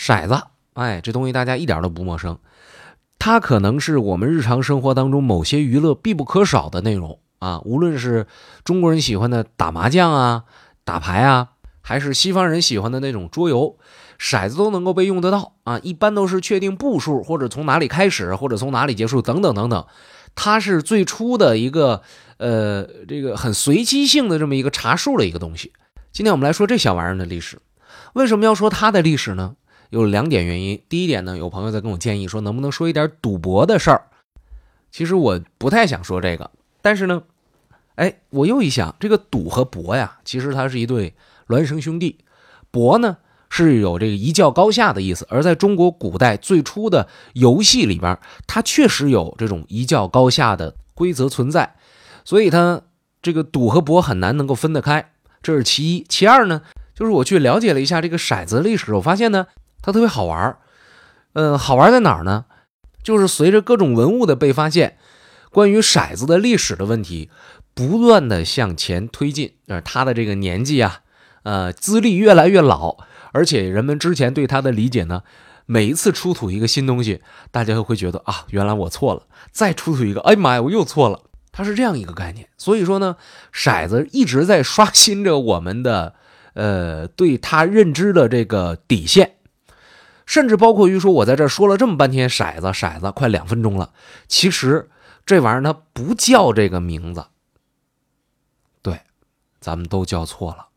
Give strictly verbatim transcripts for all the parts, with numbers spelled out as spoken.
骰子，哎，这东西大家一点都不陌生，它可能是我们日常生活当中某些娱乐必不可少的内容啊，无论是中国人喜欢的打麻将啊、打牌啊，还是西方人喜欢的那种桌游，骰子都能够被用得到啊。一般都是确定步数，或者从哪里开始，或者从哪里结束，等等等等。它是最初的一个呃这个很随机性的这么一个查数的一个东西。今天我们来说这小玩意儿的历史。为什么要说它的历史呢？有两点原因。第一点呢，有朋友在跟我建议说，能不能说一点赌博的事儿？其实我不太想说这个，但是呢，哎，我又一想，这个赌和博呀，其实它是一对孪生兄弟。博呢是有这个一较高下的意思，而在中国古代最初的游戏里边，它确实有这种一较高下的规则存在，所以它这个赌和博很难能够分得开，这是其一。其二呢，就是我去了解了一下这个骰子的历史，我发现呢，它特别好玩。嗯、呃，好玩在哪儿呢？就是随着各种文物的被发现，关于骰子的历史的问题不断的向前推进。而它的这个年纪啊，呃，资历越来越老，而且人们之前对它的理解呢，每一次出土一个新东西，大家会觉得啊，原来我错了，再出土一个，哎妈呀，我又错了。它是这样一个概念。所以说呢，骰子一直在刷新着我们的呃对它认知的这个底线。甚至包括于说，我在这说了这么半天骰子骰子快两分钟了，其实这玩意儿它不叫这个名字，对，咱们都叫错了。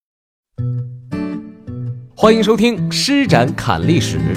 欢迎收听施展侃历史。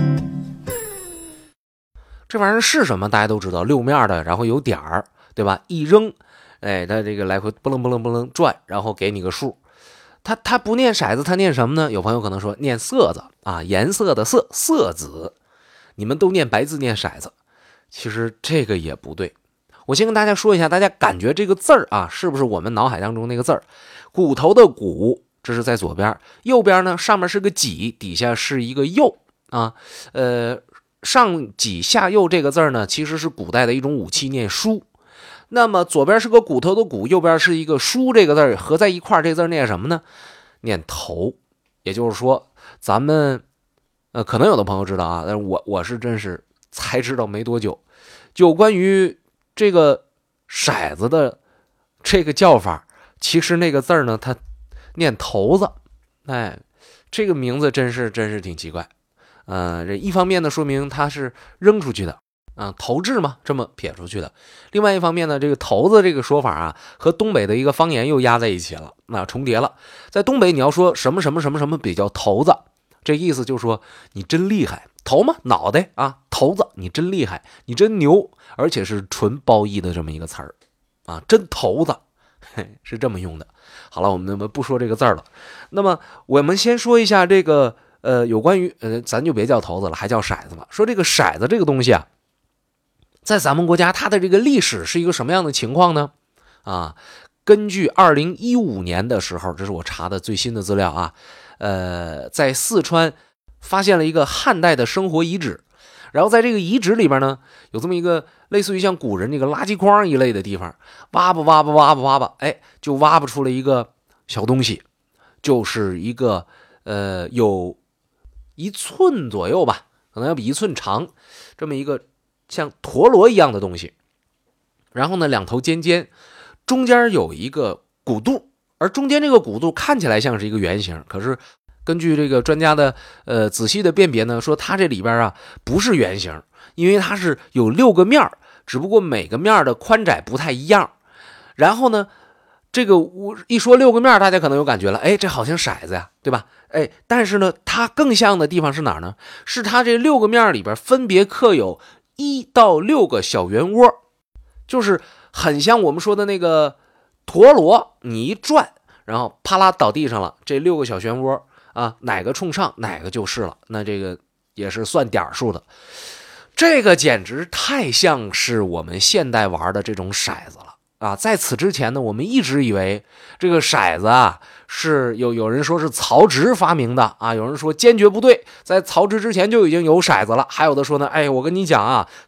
这玩意儿是什么大家都知道，六面的，然后有点儿，对吧？一扔，哎，它这个来回不楞不楞不楞转，然后给你个数。他他不念骰子，他念什么呢？有朋友可能说念色子啊，颜色的色，色子。你们都念白字念骰子，其实这个也不对。我先跟大家说一下，大家感觉这个字儿啊，是不是我们脑海当中那个字儿？骨头的骨，这是在左边，右边呢上面是个己，底下是一个右啊。呃，上己下右这个字儿呢，其实是古代的一种武器，念书。那么左边是个骨头的骨，右边是一个书这个字合在一块，这字念什么呢？念头。也就是说，咱们呃，可能有的朋友知道啊，但是我我是真是才知道没多久。就关于这个骰子的这个叫法，其实那个字呢，它念头子。哎，这个名字真是真是挺奇怪。呃，这一方面呢，说明它是扔出去的。啊，投掷嘛，这么撇出去的。另外一方面呢，这个头子这个说法啊，和东北的一个方言又压在一起了，那重叠了。在东北，你要说什么什么什么什么比较头子，这意思就是说你真厉害，头嘛，脑袋啊，头子你真厉害，你真牛，而且是纯褒义的这么一个词儿啊，真头子，嘿，是这么用的。好了，我们不说这个字了。那么我们先说一下这个呃，有关于呃，咱就别叫头子了，还叫骰子吧。说这个骰子这个东西啊，在咱们国家它的这个历史是一个什么样的情况呢？啊，根据二零一五年的时候，这是我查的最新的资料啊，呃，在四川发现了一个汉代的生活遗址，然后在这个遗址里边呢，有这么一个类似于像古人这个垃圾筐一类的地方，挖吧挖吧挖吧挖吧，哎，就挖不出了一个小东西，就是一个呃有一寸左右吧，可能要比一寸长，这么一个像陀螺一样的东西，然后呢两头尖尖，中间有一个骨肚，而中间这个骨肚看起来像是一个圆形，可是根据这个专家的呃仔细的辨别呢，说它这里边啊不是圆形，因为它是有六个面，只不过每个面的宽窄不太一样。然后呢，这个一说六个面，大家可能有感觉了，哎，这好像骰子呀，对吧？哎，但是呢，它更像的地方是哪儿呢？是它这六个面里边分别刻有一到六个小圆窝，就是很像我们说的那个陀螺，你一转，然后啪啦倒地上了，这六个小漩涡啊，哪个冲上哪个就是了，那这个也是算点数的。这个简直太像是我们现代玩的这种骰子了啊！在此之前呢，我们一直以为这个骰子啊是有有人说是曹植发明的啊，有人说坚决不对，在曹植之前就已经有骰子了，还有的说呢，哎，我跟你讲啊，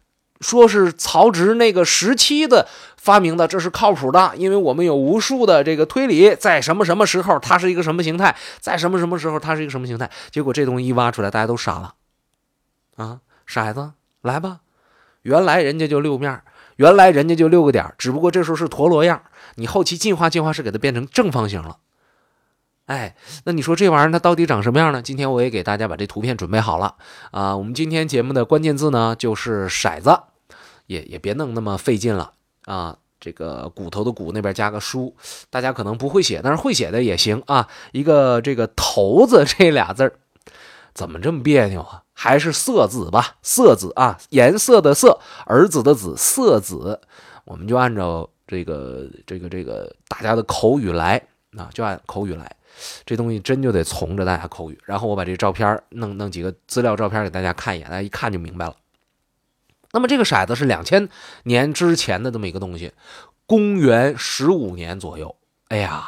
说是曹植那个时期的发明的，这是靠谱的，因为我们有无数的这个推理，在什么什么时候它是一个什么形态，在什么什么时候它是一个什么形态。结果这东西一挖出来，大家都傻了啊！骰子来吧，原来人家就六面，原来人家就六个点，只不过这时候是陀螺样，你后期进化进化是给它变成正方形了。哎，那你说这玩意儿它到底长什么样呢？今天我也给大家把这图片准备好了啊。我们今天节目的关键字呢就是骰子，也也别弄那么费劲了啊。这个骨头的骨那边加个书，大家可能不会写，但是会写的也行啊。一个这个头子这俩字怎么这么别扭啊？还是色字吧，色字啊，颜色的色，儿子的子，色子。我们就按照这个这个这个大家的口语来啊，就按口语来。这东西真就得从着大家口语，然后我把这照片弄弄几个资料照片给大家看一眼，大家一看就明白了。那么这个骰子是两千年之前的这么一个东西，公元十五年左右。哎呀，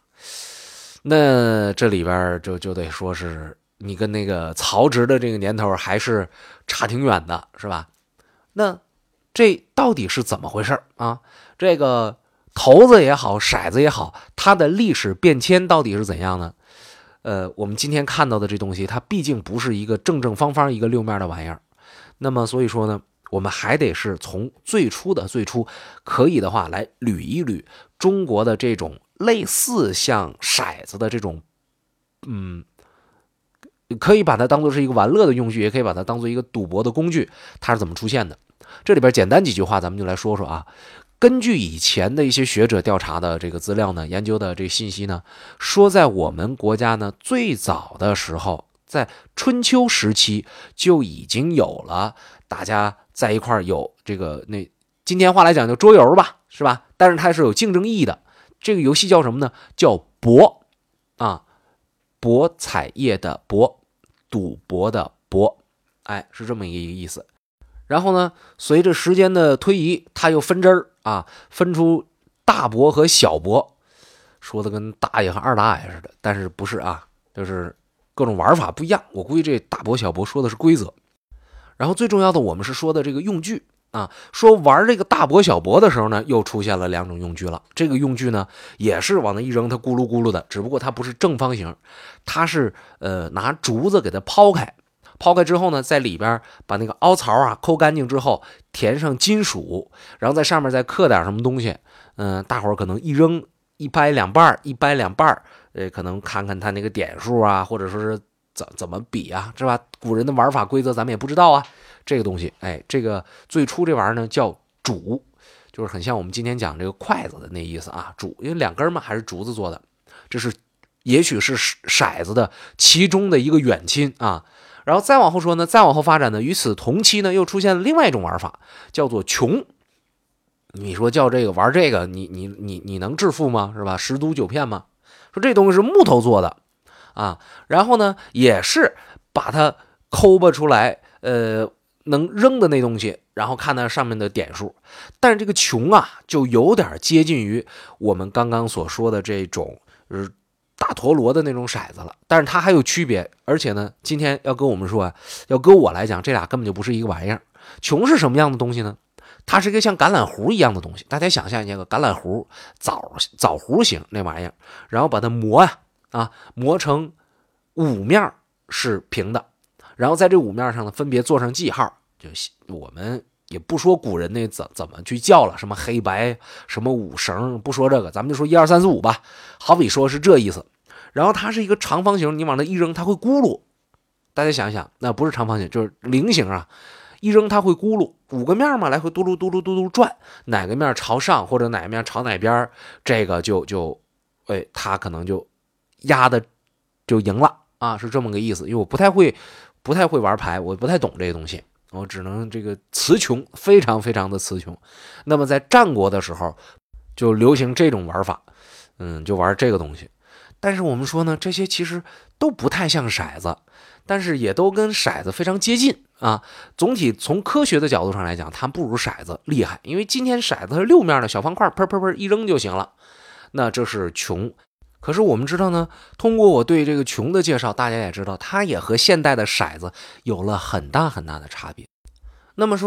那这里边就就得说是你跟那个曹植的这个年头还是差挺远的，是吧？那这到底是怎么回事啊？这个骰子也好，骰子也好，它的历史变迁到底是怎样呢？呃，我们今天看到的这东西，它毕竟不是一个正正方方一个六面的玩意儿。那么所以说呢，我们还得是从最初的最初，可以的话来捋一捋中国的这种类似像骰子的这种，嗯，可以把它当做是一个玩乐的用具，也可以把它当做一个赌博的工具，它是怎么出现的？这里边简单几句话，咱们就来说说啊。根据以前的一些学者调查的这个资料呢，研究的这个信息呢，说在我们国家呢，最早的时候，在春秋时期就已经有了大家在一块有这个那今天话来讲叫桌游吧，是吧？但是它是有竞争意义的。这个游戏叫什么呢？叫博啊，博彩业的博，赌博的博，哎，是这么一个意思。然后呢，随着时间的推移，它又分支儿啊，分出大博和小博，说的跟大爷和二大爷似的，但是不是啊，就是各种玩法不一样。我估计这大博小博说的是规则，然后最重要的我们是说的这个用具啊，说玩这个大博小博的时候呢，又出现了两种用具了。这个用具呢，也是往那一扔，它咕噜咕噜的，只不过它不是正方形，它是呃拿竹子给它抛开。抛开之后呢，在里边把那个凹槽啊抠干净之后，填上金属，然后在上面再刻点什么东西。嗯、呃，大伙儿可能一扔一掰两半一掰两半呃，可能看看他那个点数啊，或者说是怎怎么比啊，是吧？古人的玩法规则咱们也不知道啊。这个东西，哎，这个最初这玩意儿呢叫竹，就是很像我们今天讲这个筷子的那意思啊，竹，因为两根嘛，还是竹子做的。这是也许是骰子的其中的一个远亲啊。然后再往后说呢，再往后发展呢，与此同期呢，又出现了另外一种玩法，叫做穷。你说叫这个玩这个，你你你你能致富吗？是吧？十赌九骗吗？说这东西是木头做的啊，然后呢，也是把它抠吧出来，呃，能扔的那东西，然后看它上面的点数。但是这个穷啊，就有点接近于我们刚刚所说的这种，呃。大陀螺的那种骰子了，但是它还有区别，而且呢，今天要跟我们说啊，要搁我来讲，这俩根本就不是一个玩意儿。穷是什么样的东西呢？它是一个像橄榄核一样的东西，大家想象一下个橄榄核枣枣核形那玩意儿，然后把它磨呀啊磨成五面是平的，然后在这五面上呢分别做上记号，就我们也不说古人那怎怎么去叫了，什么黑白什么五绳，不说这个，咱们就说一二三四五吧，好比说是这意思。然后它是一个长方形，你往那一扔，它会咕噜。大家想想，那不是长方形，就是菱形啊，一扔它会咕噜，五个面嘛，来回嘟噜嘟噜嘟噜转，哪个面朝上或者哪个面朝哪边，这个就就，哎，它可能就压的就赢了啊，是这么个意思。因为我不太会，不太会玩牌，我不太懂这个东西。我只能这个词穷，非常非常的词穷。那么在战国的时候，就流行这种玩法，嗯，就玩这个东西。但是我们说呢，这些其实都不太像骰子，但是也都跟骰子非常接近啊。总体从科学的角度上来讲，它不如骰子厉害，因为今天骰子是六面的小方块，砰砰砰一扔就行了。那这是穷。可是我们知道呢，通过我对这个穷的介绍，大家也知道，它也和现代的骰子有了很大很大的差别。那么说是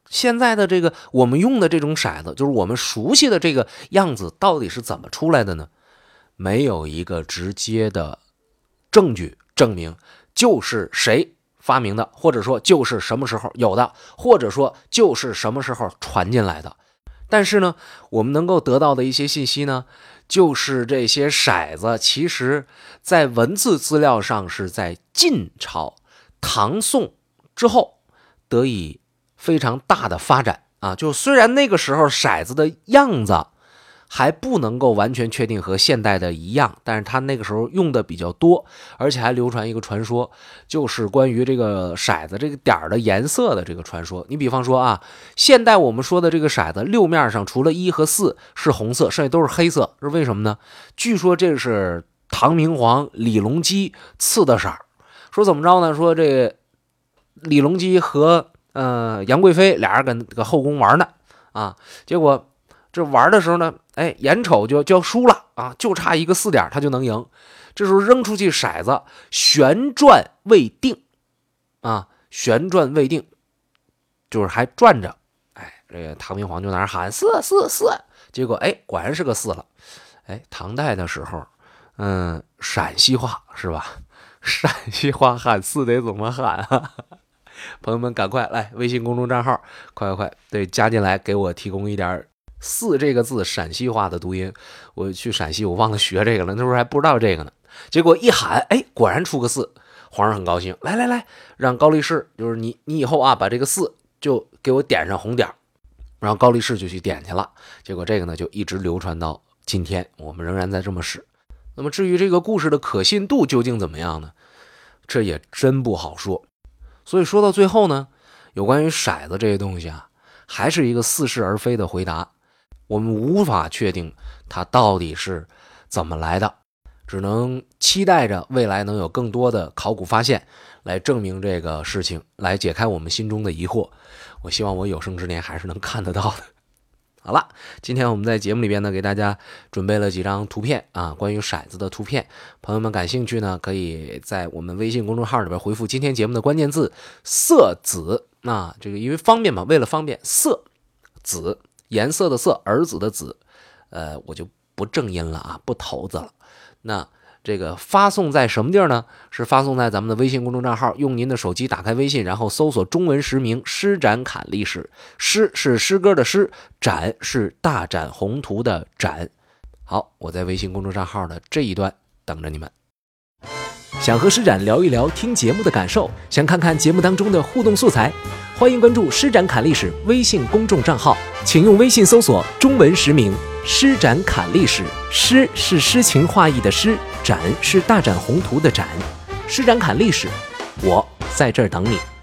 现在的这个我们用的这种骰子，就是我们熟悉的这个样子，到底是怎么出来的呢？没有一个直接的证据证明就是谁发明的，或者说就是什么时候有的，或者说就是什么时候传进来的。但是呢，我们能够得到的一些信息呢，就是这些骰子其实在文字资料上是在晋朝、唐宋之后得以非常大的发展啊。就虽然那个时候骰子的样子还不能够完全确定和现代的一样，但是他那个时候用的比较多，而且还流传一个传说，就是关于这个骰子这个点的颜色的这个传说。你比方说啊，现代我们说的这个骰子六面上除了一和四是红色，剩下都是黑色，是为什么呢？据说这是唐明皇李隆基赐的色儿。说怎么着呢？说这个李隆基和呃杨贵妃俩人跟这个后宫玩呢啊，结果这玩的时候呢，哎，眼瞅就就要输了啊，就差一个四点他就能赢。这时候扔出去骰子，旋转未定啊，旋转未定，就是还转着。哎，这个唐明皇就在那喊四四四，结果哎，果然是个四了。哎，唐代的时候，嗯，陕西话是吧？陕西话喊四得怎么喊啊？朋友们赶快来微信公众账号，快快快，对，加进来给我提供一点四这个字陕西话的读音。我去陕西我忘了学这个了，那时候还不知道这个呢。结果一喊，哎，果然出个四，皇上很高兴，来来来，让高力士，就是你你以后啊把这个四就给我点上红点，然后高力士就去点去了。结果这个呢就一直流传到今天，我们仍然在这么使。那么至于这个故事的可信度究竟怎么样呢？这也真不好说。所以说到最后呢，有关于骰子这些东西啊，还是一个似是而非的回答。我们无法确定它到底是怎么来的，只能期待着未来能有更多的考古发现来证明这个事情，来解开我们心中的疑惑。我希望我有生之年还是能看得到的。好了，今天我们在节目里边呢，给大家准备了几张图片啊，关于骰子的图片。朋友们感兴趣呢，可以在我们微信公众号里边回复今天节目的关键字色子。那这个因为方便嘛，为了方便，色子颜色的色，儿子的子，呃，我就不正音了啊，不头子了。那这个发送在什么地儿呢？是发送在咱们的微信公众账号，用您的手机打开微信，然后搜索中文实名施展侃历史。诗是诗歌的诗，展是大展宏图的展。好，我在微信公众账号的这一端等着你们。想和施展聊一聊听节目的感受，想看看节目当中的互动素材，欢迎关注施展侃历史微信公众账号，请用微信搜索中文实名施展侃历史。诗是诗情画意的诗，展是大展宏图的展。施展侃历史，我在这儿等你。